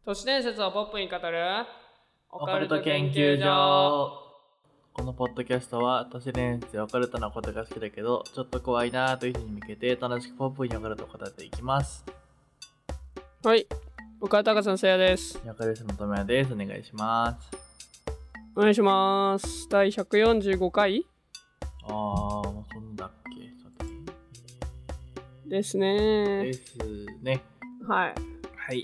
都市伝説をポップに語るオカルト研究所。このポッドキャストは都市伝説やオカルトなことが好きだけどちょっと怖いなという人に向けて楽しくポップにオカルトを語っていきます。 はい、岡田隆さんせいやです。 オカルトのともやです。お願いします。 お願いします。第145回もうそんだっけ。 ですね。 ですね。 はいはい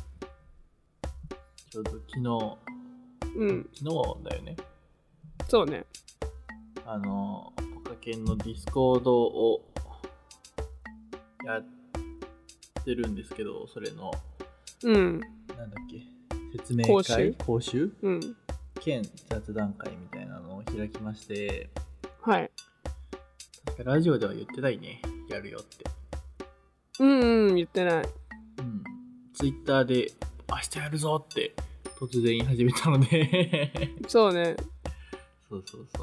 ちょうど昨日だよね。 そうね。 ポカケンのディスコードをやってるんですけど、それのなんだっけ、説明会講習兼雑談会みたいなのを開きまして、 はい。 確かラジオでは言ってないね、やるよって。 言ってない。 ツイッターで明日やるぞって突然言い始めたのでそうね。 そう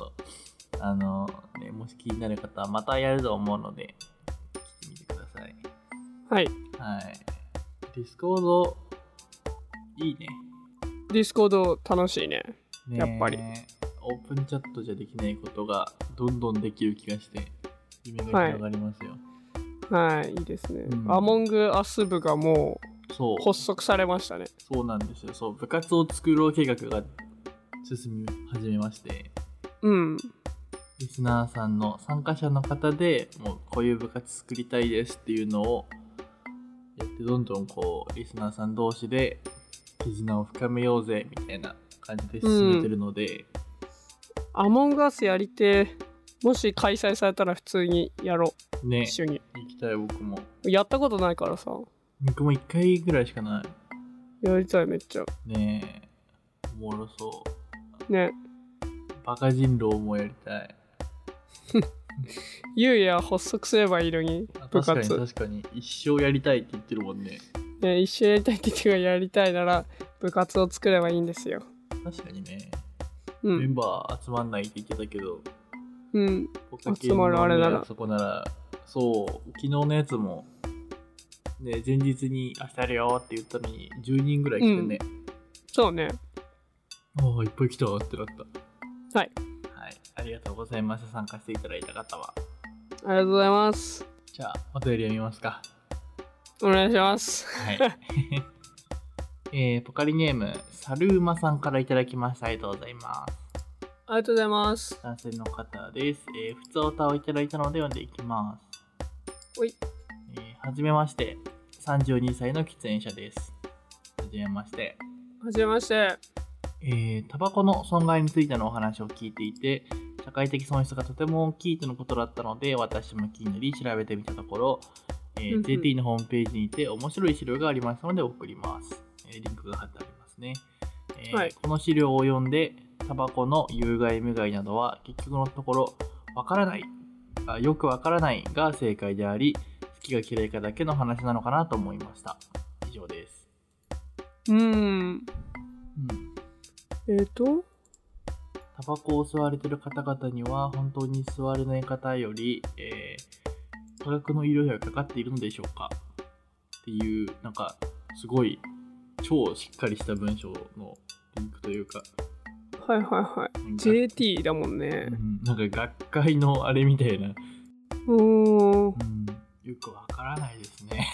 もし気になる方はまたやると思うので聞いてみてください。 はいディスコードいいね。 ディスコード楽しいね。やっぱりオープンチャットじゃできないことがどんどんできる気がして夢が広がりますよ。 はい、いいですね。アモングアス部がもう発足されましたね。 そうなんですよ。部活を作ろう計画が進み始めまして、リスナーさんの参加者の方でもうこういう部活作りたいですっていうのをやって、どんどんこうリスナーさん同士で絆を深めようぜみたいな感じで進めてるので、 アモングアスやりて、もし開催されたら普通にやろうね。一緒に行きたい。僕もやったことないからさ。 僕も1回ぐらいしかない。 やりたい、めっちゃねえ、おもろそうね。 バカ人狼もやりたいゆうや発足すればいいのに。部活確かに一生やりたいって言ってるもんね。 一生やりたいって言ってるから、やりたいなら部活を作ればいいんですよ。 確かにね、メンバー集まんないって言ってたけど、 集まるあれならそこなら。そう、昨日のやつもね、前日に明日やるよって言ったのに10人ぐらい来てね。 そうね。 いっぱい来たってなった。はい、ありがとうございました。参加していただいた方は。 ありがとうございます。 じゃあお便り読みますか。 お願いします。 ポカリネームサルーマさんからいただきました。ありがとうございます。 ありがとうございます。 男性の方です。普通歌をいただいたので読んでいきます。はじめまして、32歳の喫煙者です。はじめまして。タバコの損害についてのお話を聞いていて、社会的損失がとても大きいとのことだったので、私も気になり調べてみたところ、JT のホームページにて面白い資料がありましたので送ります。リンクが貼ってありますね。この資料を読んで、タバコの有害無害などは結局のところよくわからないが正解であり、好きが嫌いかだけの話なのかなと思いました。以上です。タバコを吸われている方々には本当に吸われない方より、多額の医療費がかかっているのでしょうかっていう、なんかすごい超しっかりした文章のリンクというか、 JT だもんね。 なんか学会のあれみたいな。よくわからないですね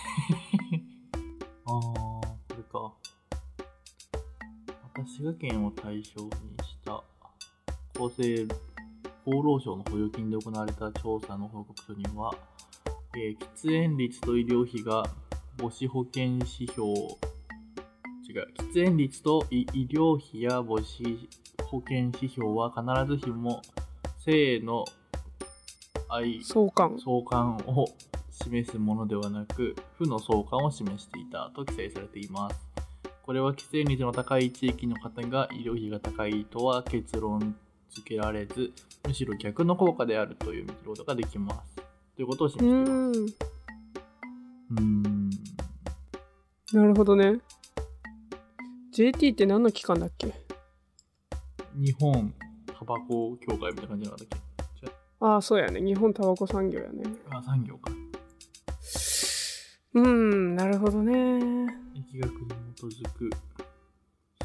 これか。また滋賀県を対象にした厚労省の補助金で行われた調査の報告書には、喫煙率と医療費が母子保険指標喫煙率と医療費や母子保険指標は必ずしも性の相関を示すものではなく、負の相関を示していたと記載されています。これは喫煙率の高い地域の方が医療費が高いとは結論付けられず、むしろ逆の効果であるという見ることができます。ということを示しています。 なるほどね。JT って何の機関だっけ？ 日本タバコ協会みたいな感じなんだっけ？ そうやね。日本タバコ産業やね。 産業か。 なるほどね。 疫学に基づく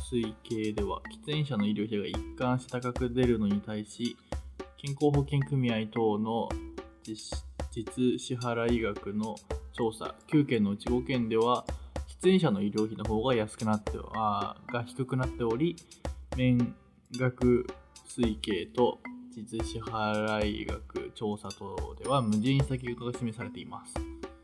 推計では喫煙者の医療費が一貫して高く出るのに対し、健康保険組合等の実支払い額の調査9件のうち5件では喫煙者の医療費の方が低くなっており、免額推計と実支払い額調査等では矛盾した結果が示されています。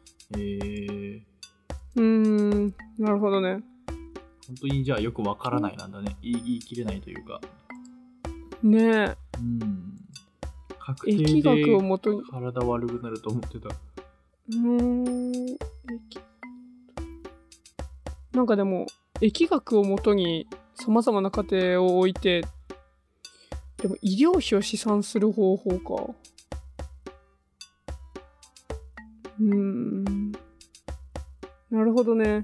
なるほどね。 本当にじゃあよくわからないなんだね。言い切れないというか。 ねえ。 確定で疫学をもとに体悪くなると思ってた。 なんかでも疫学をもとにさまざまな過程を置いて、でも医療費を試算する方法か。なるほどね。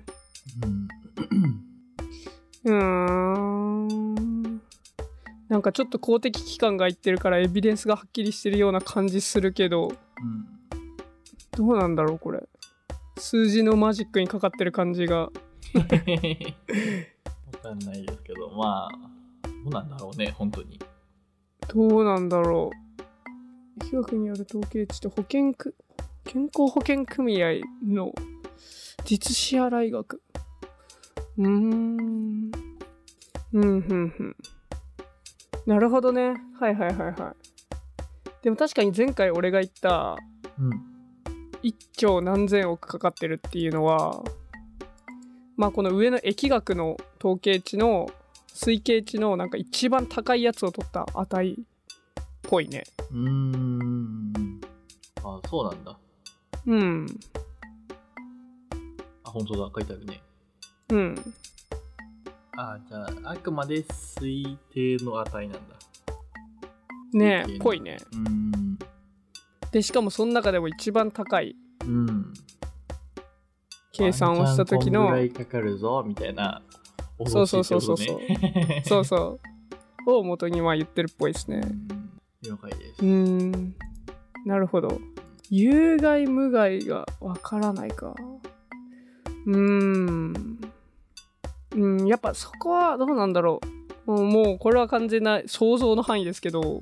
なんかちょっと公的機関が言ってるからエビデンスがはっきりしてるような感じするけど、どうなんだろうこれ。数字のマジックにかかってる感じが。わかんないですけど、まあどうなんだろうね本当に。 どうなんだろう。疫学による統計値と健康保険組合の実支払い額。なるほどね。はい。でも確かに前回俺が言った、1兆何千億かかってるっていうのは、まあこの上の疫学の統計値の推計値のなんか一番高いやつを取った値っぽいね。 あ、そうなんだ。あ、本当だ、書いてあるね。じゃああくまで推定の値なんだねえ、ぽいね。でしかもその中でも一番高い計算をした時のこんぐらいかかるぞみたいな、 そうを元に言ってるっぽいですね。 了解です。 なるほど。有害無害がわからないか。やっぱそこはどうなんだろう。もうこれは完全な想像の範囲ですけど、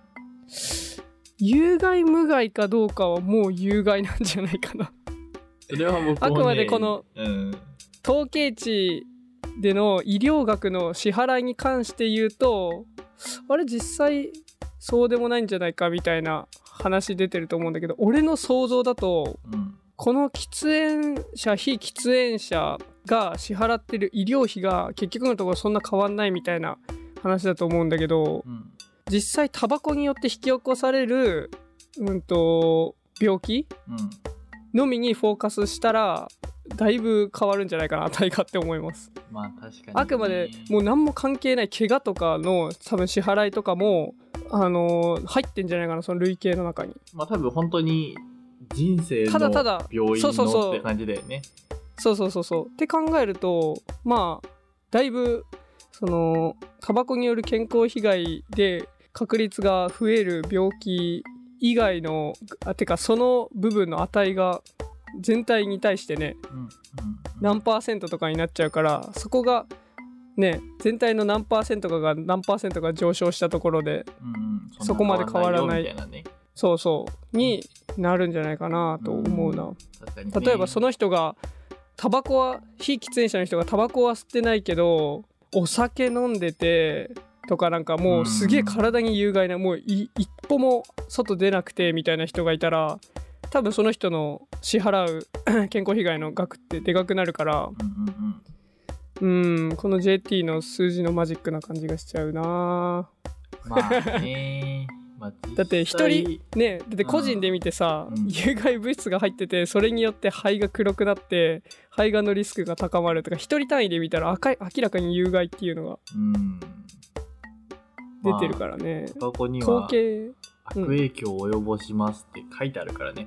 有害無害かどうかはもう有害なんじゃないかな。 それは僕もね、 あくまでこの統計値での医療学の支払いに関して言うと、あれ実際そうでもないんじゃないかみたいな話出てると思うんだけど、俺の想像だと、この喫煙者非喫煙者が支払ってる医療費が結局のところそんな変わんないみたいな話だと思うんだけど、実際タバコによって引き起こされる、病気、のみにフォーカスしたらだいぶ変わるんじゃないかな値がって思います。 まあ確かに、ね、 あくまでもう何も関係ない怪我とかの多分支払いとかも入ってんじゃないかな、その累計の中に。 まあ多分本当に人生の病院のって感じだよね。 そうって考えると、まあだいぶそのタバコによる健康被害で確率が増える病気以外のてかその部分の値が全体に対してね、何%とかになっちゃうから、そこがね全体の何%かが何%が上昇したところで、そこまで変わらない、になるんじゃないかなと思うな。例えばその人がタバコは非喫煙者の人がタバコは吸ってないけどお酒飲んでてとか、なんかもうすげえ体に有害な、もう一歩も外出なくてみたいな人がいたら、多分その人の支払う健康被害の額ってでかくなるから、この JT の数字のマジックな感じがしちゃうな。 まあねだって一人ね、だって個人で見てさ、有害物質が入っててそれによって肺が黒くなって肺がんのリスクが高まるとか、一人単位で見たら明らかに有害っていうのが出てるからね。 タバコには悪影響を及ぼしますって書いてあるからね。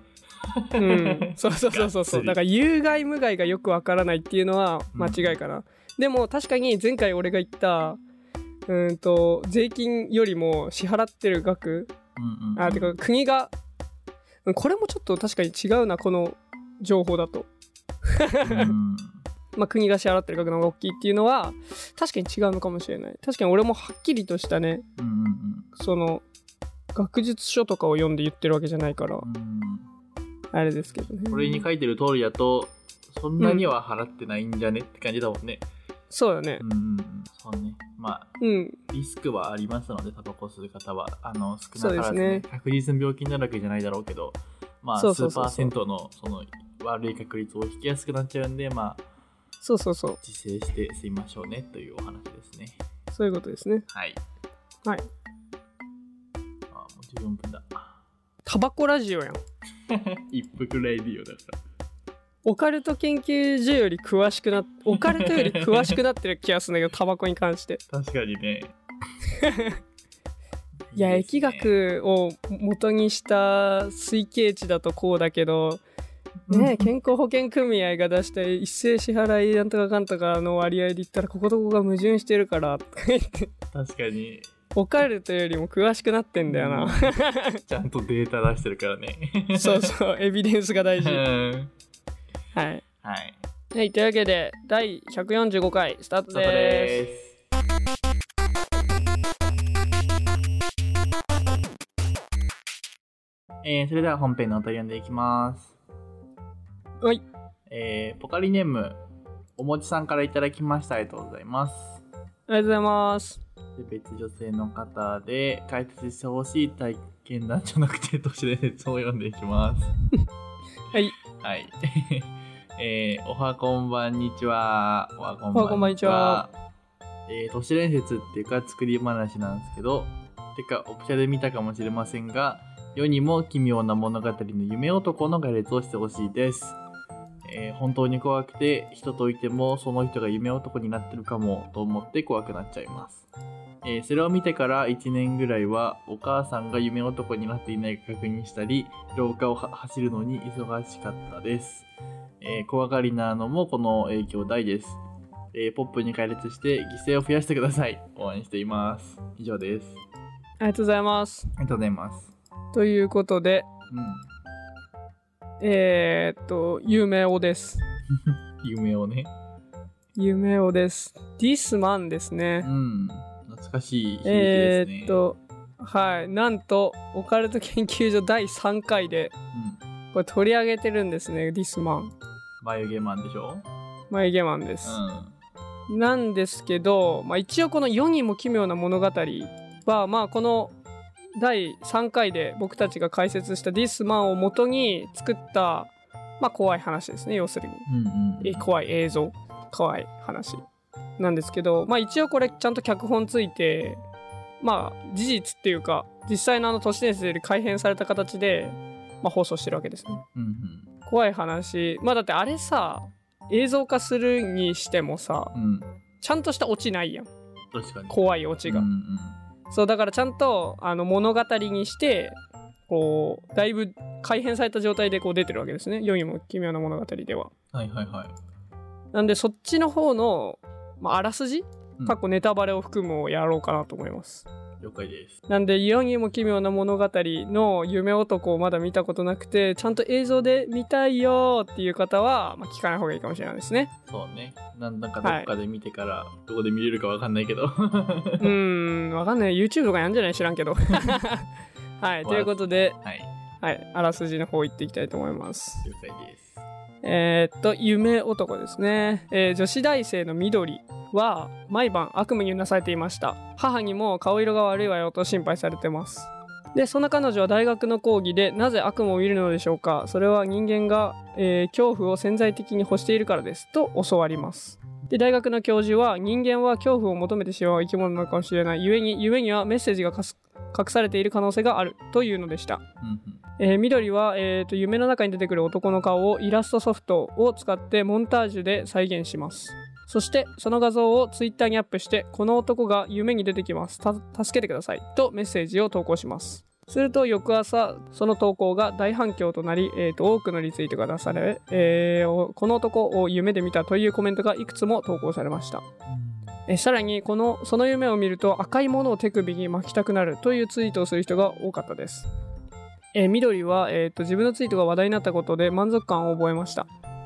そうだから有害無害がよくわからないっていうのは間違いかな。でも確かに前回俺が言った税金よりも支払ってる額、てか国が、これもちょっと確かに違うな、この情報だと。 まあ、国が支払ってる額の方が大きいっていうのは確かに違うのかもしれない。確かに俺もはっきりとしたね、その学術書とかを読んで言ってるわけじゃないから、あれですけどね。 これに書いてる通りだとそんなには払ってないんじゃねって感じだもんね。 そうだね。 そうね。まあ、リスクはありますので、タバコ吸う方は少なからずね、確実に病気になるわけじゃないだろうけど、まあ数%のその悪い確率を引きやすくなっちゃうんで、まあ自制して吸いましょうねというお話ですね。 そういうことですね。 はいはい。 もう14分だ。 タバコラジオやん。 一服レディオだから。 オカルト研究所より詳しくなっオカルトより詳しくなってる気がするんだけど、タバコに関して。 確かにね。 いや、疫学を元にした推計値だとこうだけどね、健康保険組合が出した一斉支払いなんとかかんとかの割合で言ったらこことここが矛盾してるからとか言って、 確かにオカルトよりも詳しくなってんだよな。 ちゃんとデータ出してるからね。 そうそう、エビデンスが大事。はい、はい、というわけで第145回スタートです。 それでは本編のお便り読んでいきます。 はい。 ポカリネームおもちさんからいただきました。ありがとうございます。 ありがとうございます。 で、別女性の方で解説してほしい体験談じゃなくて都市伝説を読んでいきます。 はいはいおはこんばんにちは。 おはこんばんにちは。 都市伝説っていうか作り話なんですけど、てかオプシャで見たかもしれませんが、世にも奇妙な物語の夢男の概列をしてほしいです。本当に怖くて人といてもその人が夢男になってるかもと思って怖くなっちゃいます。それを見てから1年ぐらいはお母さんが夢男になっていないか確認したり、廊下を走るのに忙しかったです。怖がりなのもこの影響大です。ポップに解列して犠牲を増やしてください。応援しています。以上です。 ありがとうございます。 ありがとうございます。 ということで、夢をです。 夢をね。 夢をです。This Man ですね。 懐かしい響きですね。 はい、なんとオカルト研究所第3回で、これ取り上げてるんですね。This Man。 眉毛マンでしょ。 眉毛マンです。なんですけど、一応この世にも奇妙な物語は、この第3回で僕たちが解説した This Man を元に作った、怖い話ですね。要するに、怖い映像、怖い話なんですけど、一応これちゃんと脚本ついて、事実っていうか実際の都市伝説より改変された形で、放送してるわけですね。怖い話、だってあれさ、映像化するにしてもさ、ちゃんとしたオチないやん。 確かに怖いオチが。そうだからちゃんと物語にしてこうだいぶ改変された状態でこう出てるわけですね。世にも奇妙な物語では。なんでそっちの方の、あらすじ、ネタバレを含むをやろうかなと思います。 了解です。 なんで世にも奇妙な物語の夢男をまだ見たことなくて、ちゃんと映像で見たいよっていう方は、聞かない方がいいかもしれないですね。 そうね。なんかどっかで見てから、どこで見れるかわかんないけど。わかんない。YouTube とかやんじゃない？知らんけど。はい、ということで、あらすじの方行っていきたいと思います。 了解です。 夢男ですね。女子大生の緑は毎晩悪夢にうなされていました。母にも顔色が悪いわよと心配されてます。でそんな彼女は大学の講義でなぜ悪夢を見るのでしょうか。それは人間が、恐怖を潜在的に欲しているからですと教わります。で大学の教授は人間は恐怖を求めてしまう生き物なのかもしれない。故に夢にはメッセージが隠されている可能性があるというのでした。緑は、夢の中に出てくる男の顔をイラストソフトを使ってモンタージュで再現します。そしてその画像をツイッターにアップして、この男が夢に出てきます、助けてくださいとメッセージを投稿します。すると翌朝その投稿が大反響となり、多くのリツイートが出され、この男を夢で見たというコメントがいくつも投稿されました。さらにその夢を見ると赤いものを手首に巻きたくなるというツイートをする人が多かったです。緑は、自分のツイートが話題になったことで満足感を覚えました。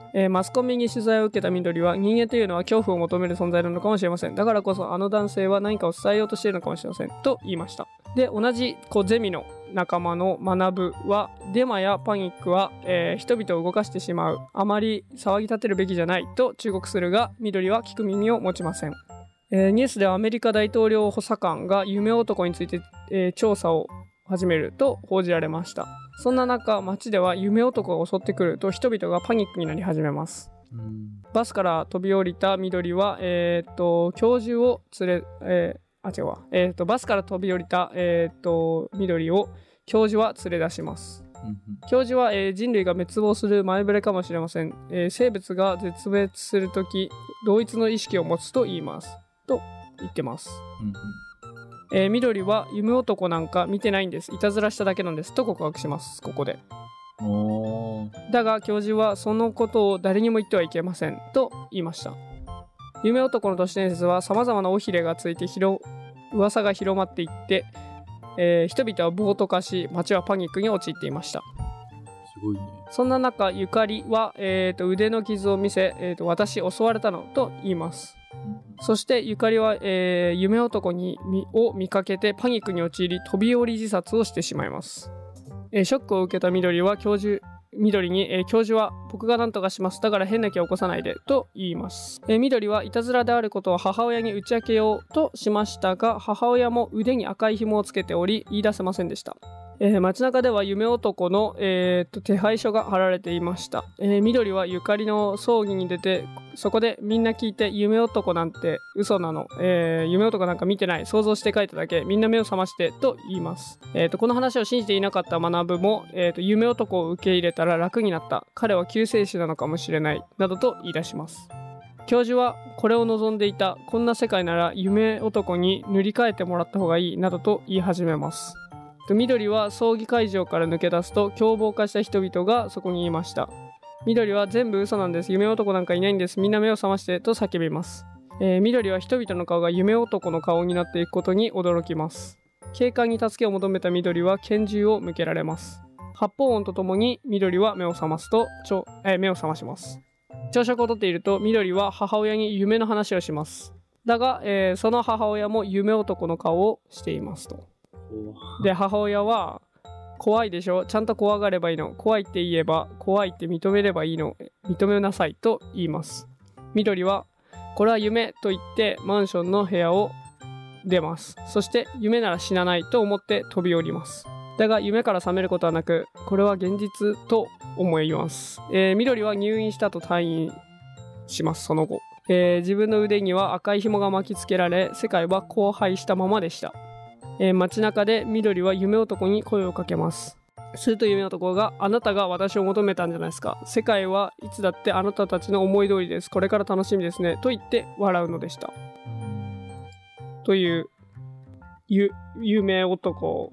マスコミに取材を受けた緑は、人間というのは恐怖を求める存在なのかもしれません。だからこそあの男性は何かを伝えようとしているのかもしれませんと言いました。で、同じゼミの仲間の学ぶは、デマやパニックは、人々を動かしてしまう、あまり騒ぎ立てるべきじゃないと忠告するが、緑は聞く耳を持ちません。ニュースではアメリカ大統領補佐官が夢男について、調査を始めると報じられました。そんな中、街では夢男が襲ってくると人々がパニックになり始めます。バスから飛び降りた緑は、教授を連れ、バスから飛び降りた、緑を教授は連れ出します。教授は、人類が滅亡する前触れかもしれません。生物が絶滅するとき、同一の意識を持つと言いますと言ってます。緑は夢男なんか見てないんです、いたずらしただけなんですと告白します。ここでだが教授はそのことを誰にも言ってはいけませんと言いました。夢男の都市伝説は様々な尾ひれがついて噂が広まっていって、人々は暴徒化し、街はパニックに陥っていました。 すごいね。 そんな中、ゆかりは、腕の傷を見せ、私襲われたのと言います。そしてゆかりは、夢男を見かけてパニックに陥り、飛び降り自殺をしてしまいます。ショックを受けた緑は緑に、教授は僕が何とかします、だから変な気を起こさないでと言います。緑はいたずらであることを母親に打ち明けようとしましたが、母親も腕に赤い紐をつけており言い出せませんでした。街中では夢男の、手配書が貼られていました。緑はゆかりの葬儀に出て、そこでみんな聞いて、夢男なんて嘘なの、夢男なんか見てない、想像して書いただけ、みんな目を覚ましてと言います。この話を信じていなかった学も、夢男を受け入れたら楽になった、彼は救世主なのかもしれないなどと言い出します。教授はこれを望んでいた、こんな世界なら夢男に塗り替えてもらった方がいいなどと言い始めます。緑は葬儀会場から抜け出すと、凶暴化した人々がそこにいました。緑は全部嘘なんです、夢男なんかいないんです、みんな目を覚ましてと叫びます。緑は人々の顔が夢男の顔になっていくことに驚きます。警官に助けを求めた緑は拳銃を向けられます。発砲音とともに緑は目を覚まします。朝食をとっていると緑は母親に夢の話をします。だが、その母親も夢男の顔をしていますと。で、母親は怖いでしょ、ちゃんと怖がればいいの、怖いって言えば怖いって認めればいいの、認めなさいと言います。緑はこれは夢と言ってマンションの部屋を出ます。そして夢なら死なないと思って飛び降ります。だが夢から覚めることはなく、これは現実と思います。緑は入院したと退院します。その後、自分の腕には赤い紐が巻きつけられ、世界は荒廃したままでした。街中で緑は夢男に声をかけます。すると夢男が、あなたが私を求めたんじゃないですか、世界はいつだってあなたたちの思い通りです、これから楽しみですねと言って笑うのでした。という夢男、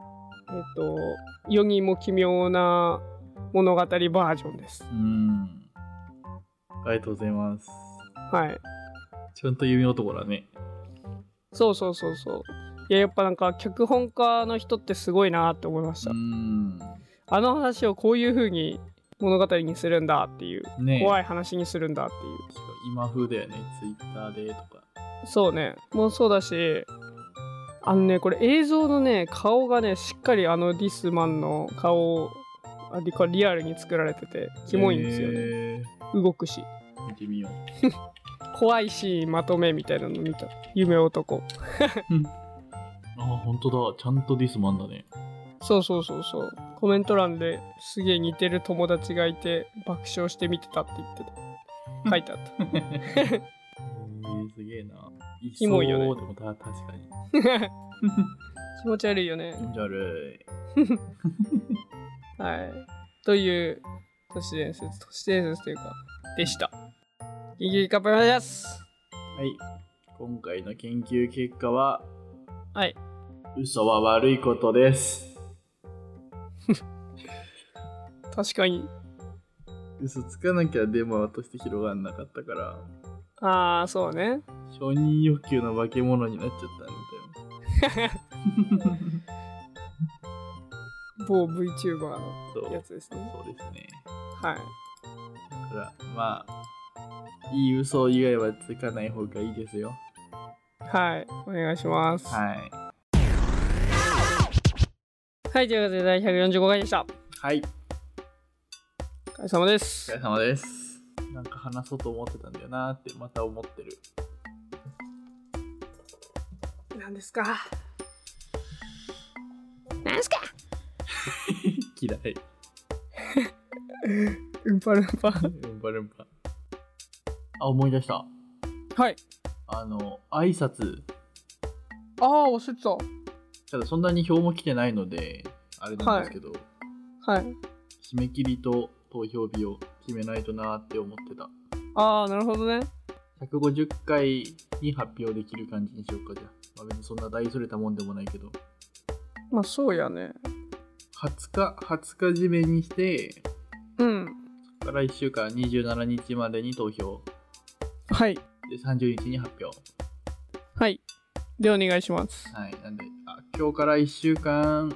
世にも奇妙な物語バージョンです。 ありがとうございます。 はい。 ちゃんと夢男だね。 そう。いや、やっぱなんか脚本家の人ってすごいなって思いました。あの話をこういう風に物語にするんだっていう、ね、怖い話にするんだっていう。 今風だよね、ツイッターでとか。 そうね、もうそうだし、これ映像のね、顔がね、しっかりディスマンの顔リアルに作られててキモいんですよね。動くし。 見てみよう。怖いシーンまとめみたいなの見た。夢男。 あ、本当だ、ちゃんとディスマンだね。 そう。コメント欄ですげえ似てる友達がいて爆笑して見てたって言ってた。書いてあった。 すげえな。 キモいよね。 でも確かに。 気持ち悪いよね。 気持ち悪い。はい。という都市伝説というかでした。ギギカップです。 はい。今回の研究結果は、 はい。 嘘は悪いことです。 確かに。 嘘つかなきゃデマとして広がんなかったから。 ああ、そうね。 承認欲求の化け物になっちゃったんだよ。 某 VTuber のやつですね。 そうですね。 はい。 からまあいい嘘以外はつかない方がいいですよ。 はい、お願いします。 はい。 はい、ということで第145回でした。 はい。 お疲れ様でおす。 疲れ様です。なんか話そうと思ってたんだよなってまた思ってる。 何ですか？何すか？ 嫌い。 うんぱるんぱ。 うんぱるんぱ。あ、思い出した。 はい。 挨拶。 ああ、忘れてた。 ただそんなに票も来てないのであれなんですけど、 はい。 締め切りと投票日を決めないとなーって思ってた。 ああ、なるほどね。 150回に発表できる感じにしようか。じゃあ、まあ、別にそんな大それたもんでもないけど、 まあそうやね。 20日締めにして、 うん。 そこから1週間27日までに投票はい。 で30日に発表。 はい。でお願いします。 はい。なんで今日から1週間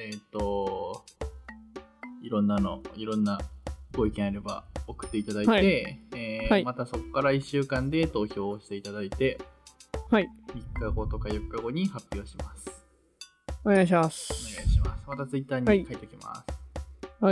いろんなご意見あれば送っていただいて、 はいはい、 またそこから1週間で投票をしていただいて、 はい。 3日後とか4日後に発表します。 お願いしまおす。 願いします。またツイッターに書いておきます。 はい。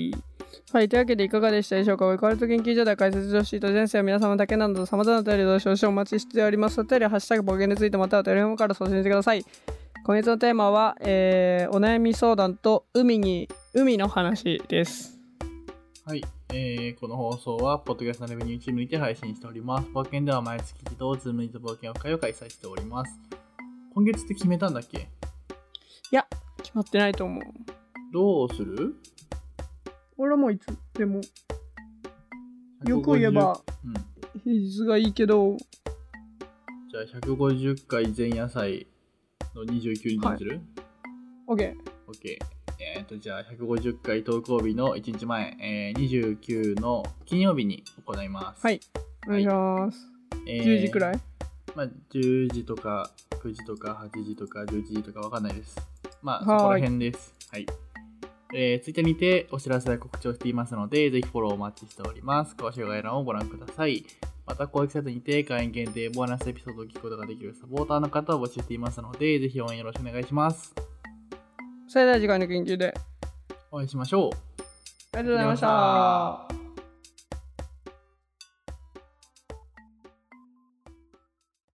はい。というわけでいかがでしたでしょうか。ウェカルト研究所では解説女子と前世は皆様だけなど様々なお便りを少々お待ちしております。お便りはハッシュタグ暴言についてまたはテレフォンから送信してください。今月のテーマは、お悩み相談と海の話です。 はい、この放送はポッドキャストのレベニューチームにて配信しております。冒険では毎月一度ズームインと冒険オフ会を開催しております。今月って決めたんだっけ？ いや、決まってないと思う。 どうする？ 俺もいつでもよく言えば、平日がいいけど、 じゃあ150回前夜祭の29日にする？ はい、OK。 じゃあ150回投稿日の1日前、29の金曜日に行います。 はい、お願いします。10時くらい？ まあ10時とか9時とか8時とか11時とかわかんないです。まあそこら辺です。はい。ツイッターにてお知らせや告知をしていますので、ぜひフォローお待ちしております。詳しい概要欄をご覧ください。また、公式サイトにて会員限定ボーナスエピソードを聞くことができるサポーターの方を募集していますので、ぜひ応援よろしくお願いします。 それでは次回の研究でお会いしましょう。 ありがとうございました。